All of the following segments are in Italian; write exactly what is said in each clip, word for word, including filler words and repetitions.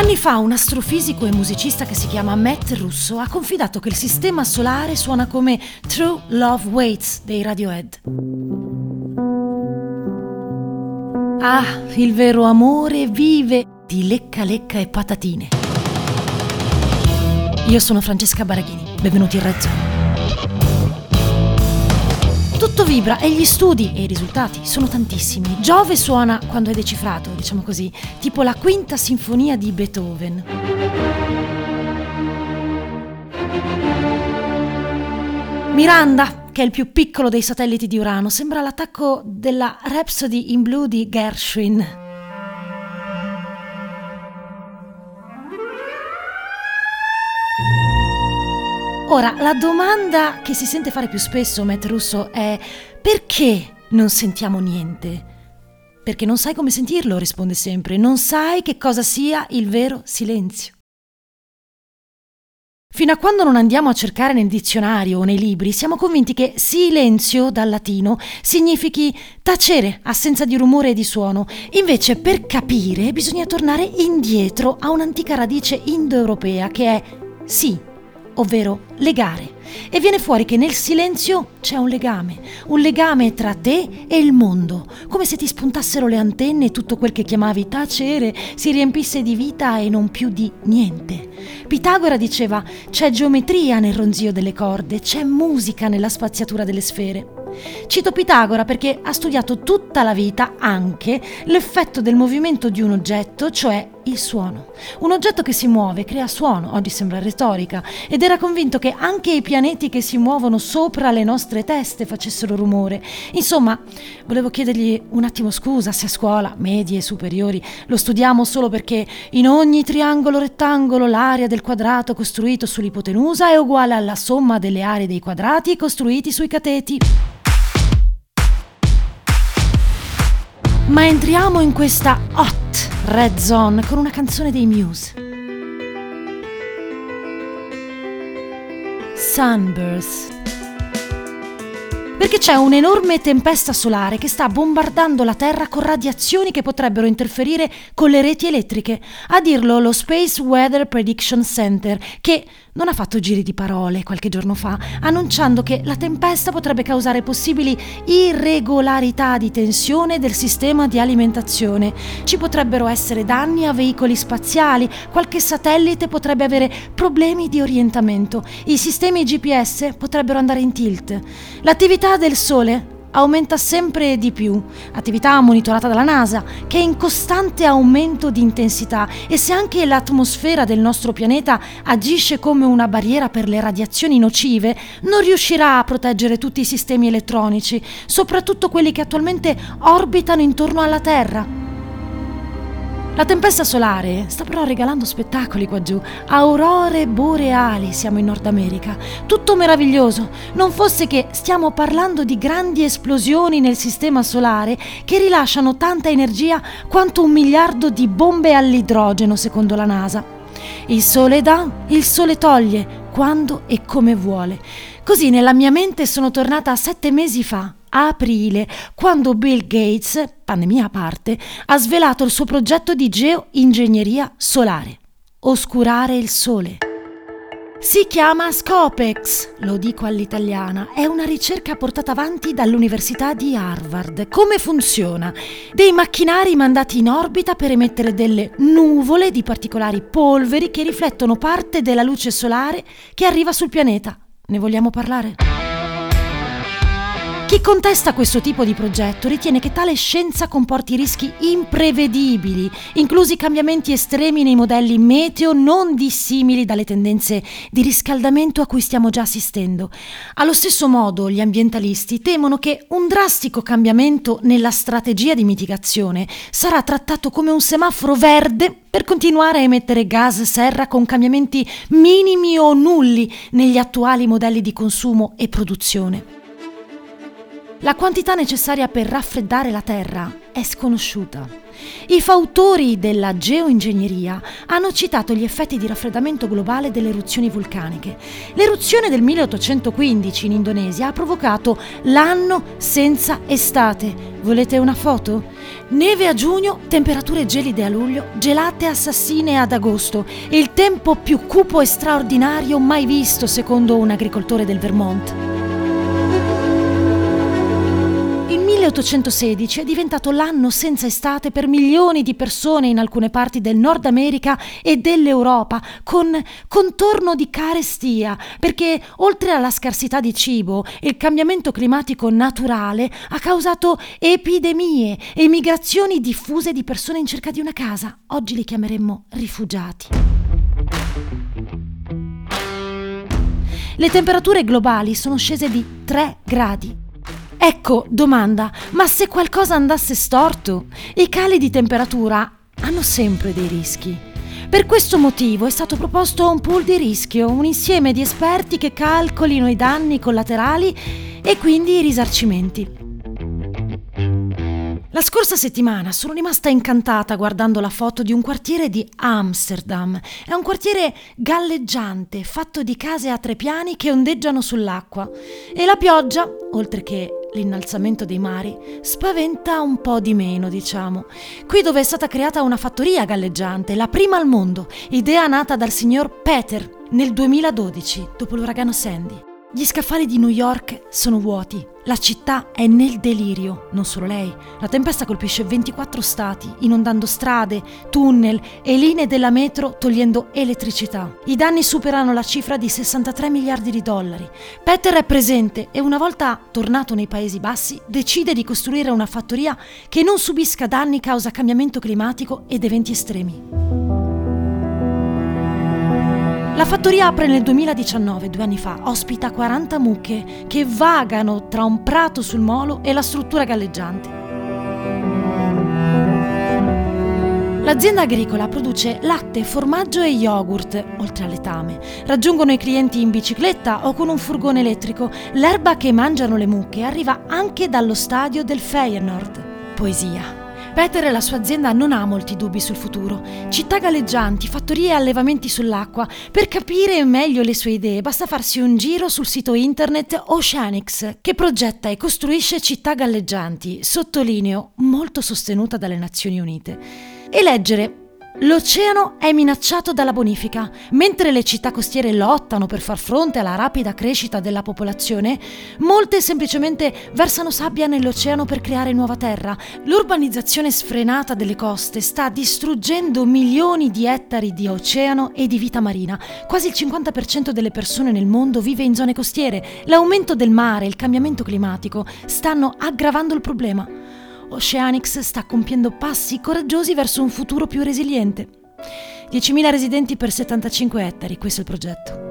Anni fa un astrofisico e musicista che si chiama Matt Russo ha confidato che il sistema solare suona come True Love Waits dei Radiohead. Ah, il vero amore vive di lecca lecca e patatine. Io sono Francesca Baraghini, benvenuti in Red Zone. Tutto vibra e gli studi e i risultati sono tantissimi. Giove suona quando è decifrato, diciamo così, tipo la quinta sinfonia di Beethoven. Miranda, che è il più piccolo dei satelliti di Urano, sembra l'attacco della Rhapsody in Blue di Gershwin. Ora, la domanda che si sente fare più spesso Matt Russo è: perché non sentiamo niente? Perché non sai come sentirlo, risponde sempre, non sai che cosa sia il vero silenzio. Fino a quando non andiamo a cercare nel dizionario o nei libri, siamo convinti che silenzio, dal latino, significhi tacere, assenza di rumore e di suono. Invece, per capire, bisogna tornare indietro a un'antica radice indoeuropea che è sì, ovvero legare. E viene fuori che nel silenzio c'è un legame, un legame tra te e il mondo, come se ti spuntassero le antenne e tutto quel che chiamavi tacere si riempisse di vita e non più di niente. Pitagora diceva: c'è geometria nel ronzio delle corde, c'è musica nella spaziatura delle sfere. Cito Pitagora perché ha studiato tutta la vita anche l'effetto del movimento di un oggetto, cioè il suono. Un oggetto che si muove crea suono, oggi sembra retorica, ed era convinto che anche i pianeti che si muovono sopra le nostre teste facessero rumore. Insomma, volevo chiedergli un attimo scusa se a scuola, medie e superiori, lo studiamo solo perché in ogni triangolo rettangolo l'area del quadrato costruito sull'ipotenusa è uguale alla somma delle aree dei quadrati costruiti sui cateti. Ma entriamo in questa hot Red Zone con una canzone dei Muse. Sunburst. Perché c'è un'enorme tempesta solare che sta bombardando la Terra con radiazioni che potrebbero interferire con le reti elettriche. A dirlo lo Space Weather Prediction Center, che non ha fatto giri di parole qualche giorno fa, annunciando che la tempesta potrebbe causare possibili irregolarità di tensione del sistema di alimentazione. Ci potrebbero essere danni a veicoli spaziali, qualche satellite potrebbe avere problemi di orientamento, i sistemi G P S potrebbero andare in tilt. L'attività del Sole aumenta sempre di più, attività monitorata dalla NASA, che è in costante aumento di intensità, e se anche l'atmosfera del nostro pianeta agisce come una barriera per le radiazioni nocive, non riuscirà a proteggere tutti i sistemi elettronici, soprattutto quelli che attualmente orbitano intorno alla Terra. La tempesta solare sta però regalando spettacoli qua giù, aurore boreali, siamo in Nord America, tutto meraviglioso, non fosse che stiamo parlando di grandi esplosioni nel sistema solare che rilasciano tanta energia quanto un miliardo di bombe all'idrogeno, secondo la NASA. Il Sole dà, il Sole toglie, quando e come vuole. Così nella mia mente sono tornata sette mesi fa, a aprile, quando Bill Gates, pandemia a parte, ha svelato il suo progetto di geoingegneria solare: oscurare il Sole. Si chiama Scopex, lo dico all'italiana, è una ricerca portata avanti dall'Università di Harvard. Come funziona? Dei macchinari mandati in orbita per emettere delle nuvole di particolari polveri che riflettono parte della luce solare che arriva sul pianeta. Ne vogliamo parlare? Chi contesta questo tipo di progetto ritiene che tale scienza comporti rischi imprevedibili, inclusi cambiamenti estremi nei modelli meteo non dissimili dalle tendenze di riscaldamento a cui stiamo già assistendo. Allo stesso modo, gli ambientalisti temono che un drastico cambiamento nella strategia di mitigazione sarà trattato come un semaforo verde per continuare a emettere gas serra con cambiamenti minimi o nulli negli attuali modelli di consumo e produzione. La quantità necessaria per raffreddare la Terra è sconosciuta. I fautori della geoingegneria hanno citato gli effetti di raffreddamento globale delle eruzioni vulcaniche. L'eruzione del milleottocentoquindici in Indonesia ha provocato l'anno senza estate. Volete una foto? Neve a giugno, temperature gelide a luglio, gelate assassine ad agosto. Il tempo più cupo e straordinario mai visto, secondo un agricoltore del Vermont. Il milleottocentosedici è diventato l'anno senza estate per milioni di persone in alcune parti del Nord America e dell'Europa, con contorno di carestia, perché oltre alla scarsità di cibo, il cambiamento climatico naturale ha causato epidemie e migrazioni diffuse di persone in cerca di una casa. Oggi li chiameremmo rifugiati. Le temperature globali sono scese di tre gradi. Ecco, domanda, ma se qualcosa andasse storto? I cali di temperatura hanno sempre dei rischi. Per questo motivo è stato proposto un pool di rischio, un insieme di esperti che calcolino i danni collaterali e quindi i risarcimenti. La scorsa settimana sono rimasta incantata guardando la foto di un quartiere di Amsterdam. È un quartiere galleggiante, fatto di case a tre piani che ondeggiano sull'acqua. E la pioggia, oltre che l'innalzamento dei mari, spaventa un po' di meno, diciamo. Qui dove è stata creata una fattoria galleggiante, la prima al mondo, idea nata dal signor Peter nel duemiladodici, dopo l'uragano Sandy. Gli scaffali di New York sono vuoti, la città è nel delirio, non solo lei. La tempesta colpisce ventiquattro stati, inondando strade, tunnel e linee della metro, togliendo elettricità. I danni superano la cifra di sessantatré miliardi di dollari. Peter è presente e una volta tornato nei Paesi Bassi decide di costruire una fattoria che non subisca danni causa cambiamento climatico ed eventi estremi. La fattoria apre nel duemiladiciannove, due anni fa, ospita quaranta mucche che vagano tra un prato sul molo e la struttura galleggiante. L'azienda agricola produce latte, formaggio e yogurt, oltre al letame. Raggiungono i clienti in bicicletta o con un furgone elettrico. L'erba che mangiano le mucche arriva anche dallo stadio del Feyenoord. Poesia. Peter e la sua azienda non ha molti dubbi sul futuro. Città galleggianti, fattorie e allevamenti sull'acqua. Per capire meglio le sue idee basta farsi un giro sul sito internet Oceanics, che progetta e costruisce città galleggianti, sottolineo, molto sostenuta dalle Nazioni Unite, e leggere: l'oceano è minacciato dalla bonifica. Mentre le città costiere lottano per far fronte alla rapida crescita della popolazione, molte semplicemente versano sabbia nell'oceano per creare nuova terra. L'urbanizzazione sfrenata delle coste sta distruggendo milioni di ettari di oceano e di vita marina. Quasi il cinquanta per cento delle persone nel mondo vive in zone costiere. L'aumento del mare e il cambiamento climatico stanno aggravando il problema. Oceanics sta compiendo passi coraggiosi verso un futuro più resiliente. diecimila residenti per settantacinque ettari, questo è il progetto.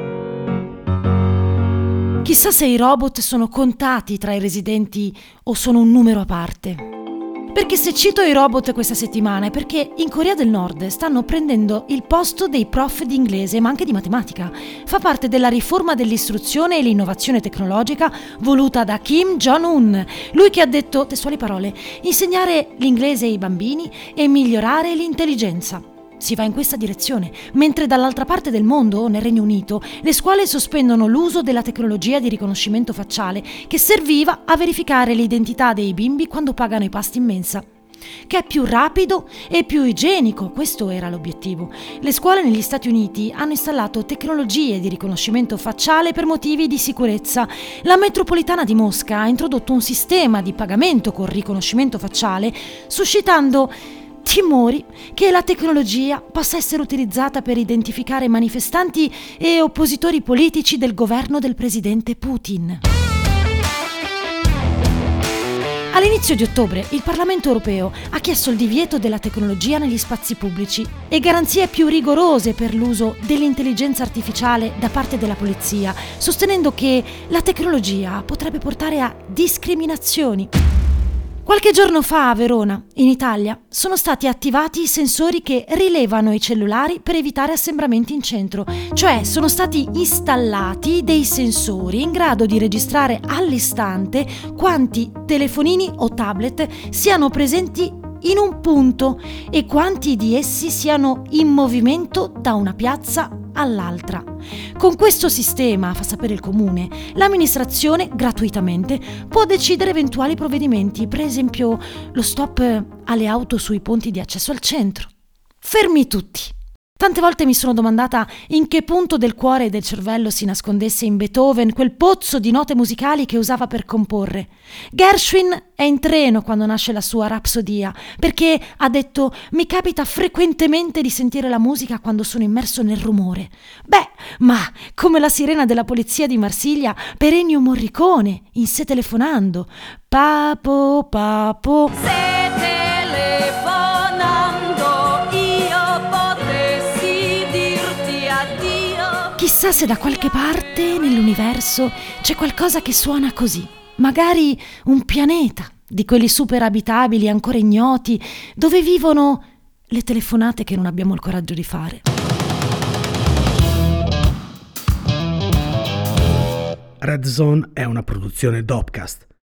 Chissà se i robot sono contati tra i residenti o sono un numero a parte. Perché se cito i robot questa settimana è perché in Corea del Nord stanno prendendo il posto dei prof di inglese ma anche di matematica. Fa parte della riforma dell'istruzione e l'innovazione tecnologica voluta da Kim Jong-un, lui che ha detto, testuali parole, insegnare l'inglese ai bambini e migliorare l'intelligenza. Si va in questa direzione, mentre dall'altra parte del mondo, nel Regno Unito, le scuole sospendono l'uso della tecnologia di riconoscimento facciale che serviva a verificare l'identità dei bimbi quando pagano i pasti in mensa. Che è più rapido e più igienico, questo era l'obiettivo. Le scuole negli Stati Uniti hanno installato tecnologie di riconoscimento facciale per motivi di sicurezza. La metropolitana di Mosca ha introdotto un sistema di pagamento con riconoscimento facciale, suscitando timori che la tecnologia possa essere utilizzata per identificare manifestanti e oppositori politici del governo del presidente Putin. All'inizio di ottobre il Parlamento europeo ha chiesto il divieto della tecnologia negli spazi pubblici e garanzie più rigorose per l'uso dell'intelligenza artificiale da parte della polizia, sostenendo che la tecnologia potrebbe portare a discriminazioni. Qualche giorno fa a Verona, in Italia, sono stati attivati i sensori che rilevano i cellulari per evitare assembramenti in centro, cioè sono stati installati dei sensori in grado di registrare all'istante quanti telefonini o tablet siano presenti in un punto e quanti di essi siano in movimento da una piazza all'altra. Con questo sistema, fa sapere il comune, l'amministrazione gratuitamente può decidere eventuali provvedimenti, per esempio lo stop alle auto sui ponti di accesso al centro. Fermi tutti! Tante volte mi sono domandata in che punto del cuore e del cervello si nascondesse in Beethoven quel pozzo di note musicali che usava per comporre. Gershwin è in treno quando nasce la sua Rapsodia, perché ha detto: mi capita frequentemente di sentire la musica quando sono immerso nel rumore. Beh, ma come la sirena della polizia di Marsiglia per Ennio Morricone in Se telefonando. Papo, papo. Se telefonando io potessi dirti addio. Chissà se da qualche parte nell'universo c'è qualcosa che suona così. Magari un pianeta di quelli super abitabili ancora ignoti, dove vivono le telefonate che non abbiamo il coraggio di fare. Red Zone è una produzione Dopcast.